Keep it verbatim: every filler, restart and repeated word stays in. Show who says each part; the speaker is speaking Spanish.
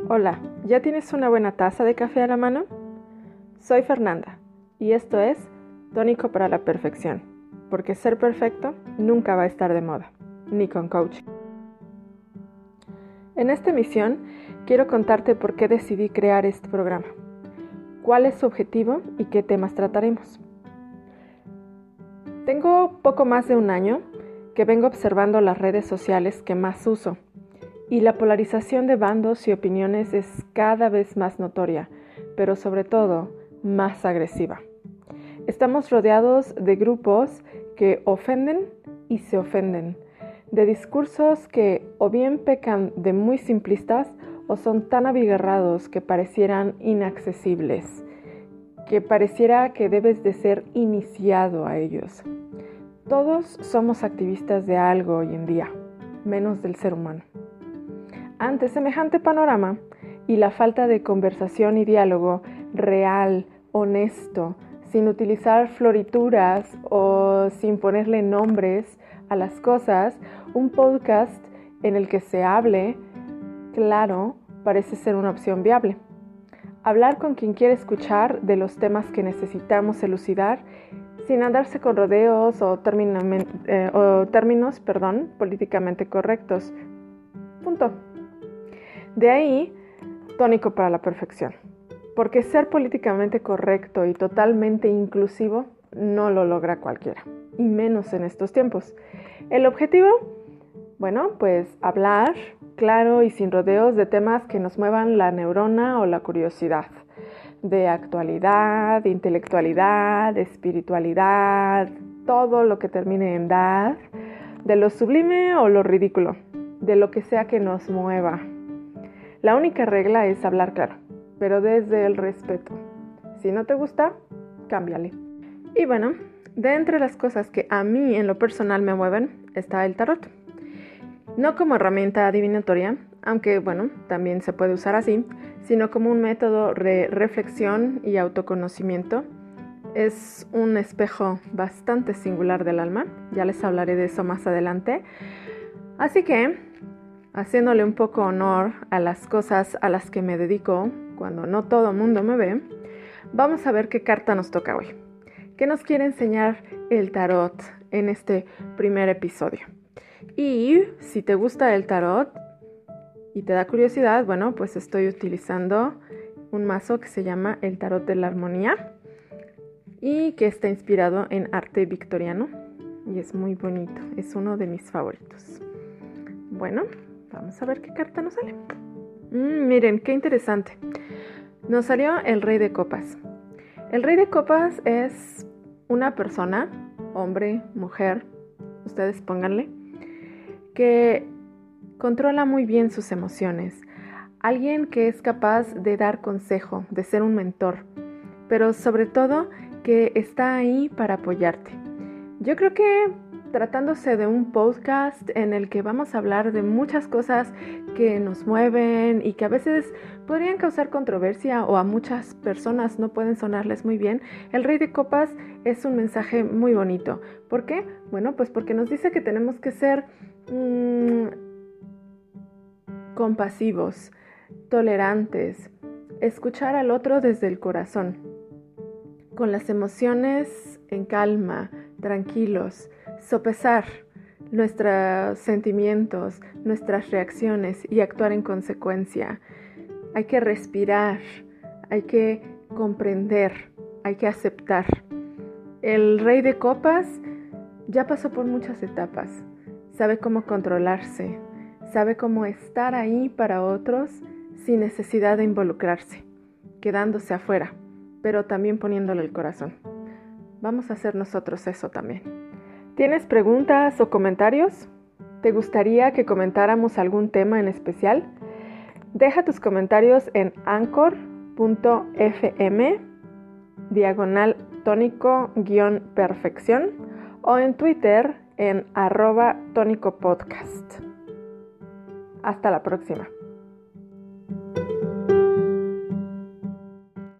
Speaker 1: Hola, ¿ya tienes una buena taza de café a la mano? Soy Fernanda y esto es Tónico para la Perfección, porque ser perfecto nunca va a estar de moda, ni con coaching. En esta emisión quiero contarte por qué decidí crear este programa, cuál es su objetivo y qué temas trataremos. Tengo poco más de un año que vengo observando las redes sociales que más uso, y la polarización de bandos y opiniones es cada vez más notoria, pero sobre todo más agresiva. Estamos rodeados de grupos que ofenden y se ofenden, de discursos que o bien pecan de muy simplistas o son tan abigarrados que parecieran inaccesibles, que pareciera que debes de ser iniciado a ellos. Todos somos activistas de algo hoy en día, menos del ser humano. Ante semejante panorama y la falta de conversación y diálogo real, honesto, sin utilizar florituras o sin ponerle nombres a las cosas, un podcast en el que se hable, claro, parece ser una opción viable. Hablar con quien quiere escuchar de los temas que necesitamos elucidar sin andarse con rodeos o, eh, o términos perdón, políticamente correctos. Punto. De ahí, tónico para la perfección, porque ser políticamente correcto y totalmente inclusivo no lo logra cualquiera, y menos en estos tiempos. El objetivo, bueno, pues hablar claro y sin rodeos de temas que nos muevan la neurona o la curiosidad, de actualidad, intelectualidad, espiritualidad, todo lo que termine en dad, de lo sublime o lo ridículo, de lo que sea que nos mueva. La única regla es hablar claro, pero desde el respeto. Si no te gusta, cámbiale. Y bueno, de entre las cosas que a mí en lo personal me mueven está el tarot. No como herramienta adivinatoria, aunque bueno, también se puede usar así, sino como un método de reflexión y autoconocimiento. Es un espejo bastante singular del alma, ya les hablaré de eso más adelante. Así que, haciéndole un poco honor a las cosas a las que me dedico cuando no todo el mundo me ve, vamos a ver qué carta nos toca hoy. ¿Qué nos quiere enseñar el tarot en este primer episodio? Y si te gusta el tarot y te da curiosidad, bueno, pues estoy utilizando un mazo que se llama el Tarot de la Armonía y que está inspirado en arte victoriano y es muy bonito, es uno de mis favoritos. Bueno, vamos a ver qué carta nos sale. Mm, miren, qué interesante. Nos salió el Rey de Copas. El Rey de Copas es una persona, hombre, mujer, ustedes pónganle, que controla muy bien sus emociones. Alguien que es capaz de dar consejo, de ser un mentor, pero sobre todo que está ahí para apoyarte. Yo creo que tratándose de un podcast en el que vamos a hablar de muchas cosas que nos mueven y que a veces podrían causar controversia o a muchas personas no pueden sonarles muy bien, el Rey de Copas es un mensaje muy bonito. ¿Por qué? Bueno, pues porque nos dice que tenemos que ser mmm, compasivos, tolerantes, escuchar al otro desde el corazón, con las emociones en calma, tranquilos, sopesar nuestros sentimientos, nuestras reacciones y actuar en consecuencia. Hay que respirar, hay que comprender, hay que aceptar. El Rey de Copas ya pasó por muchas etapas, sabe cómo controlarse, sabe cómo estar ahí para otros sin necesidad de involucrarse, quedándose afuera, pero también poniéndole el corazón. Vamos a hacer nosotros eso también. ¿Tienes preguntas o comentarios? ¿Te gustaría que comentáramos algún tema en especial? Deja tus comentarios en anchor punto f m diagonal tónico guión perfección o en Twitter en arroba tónico podcast. Hasta la próxima.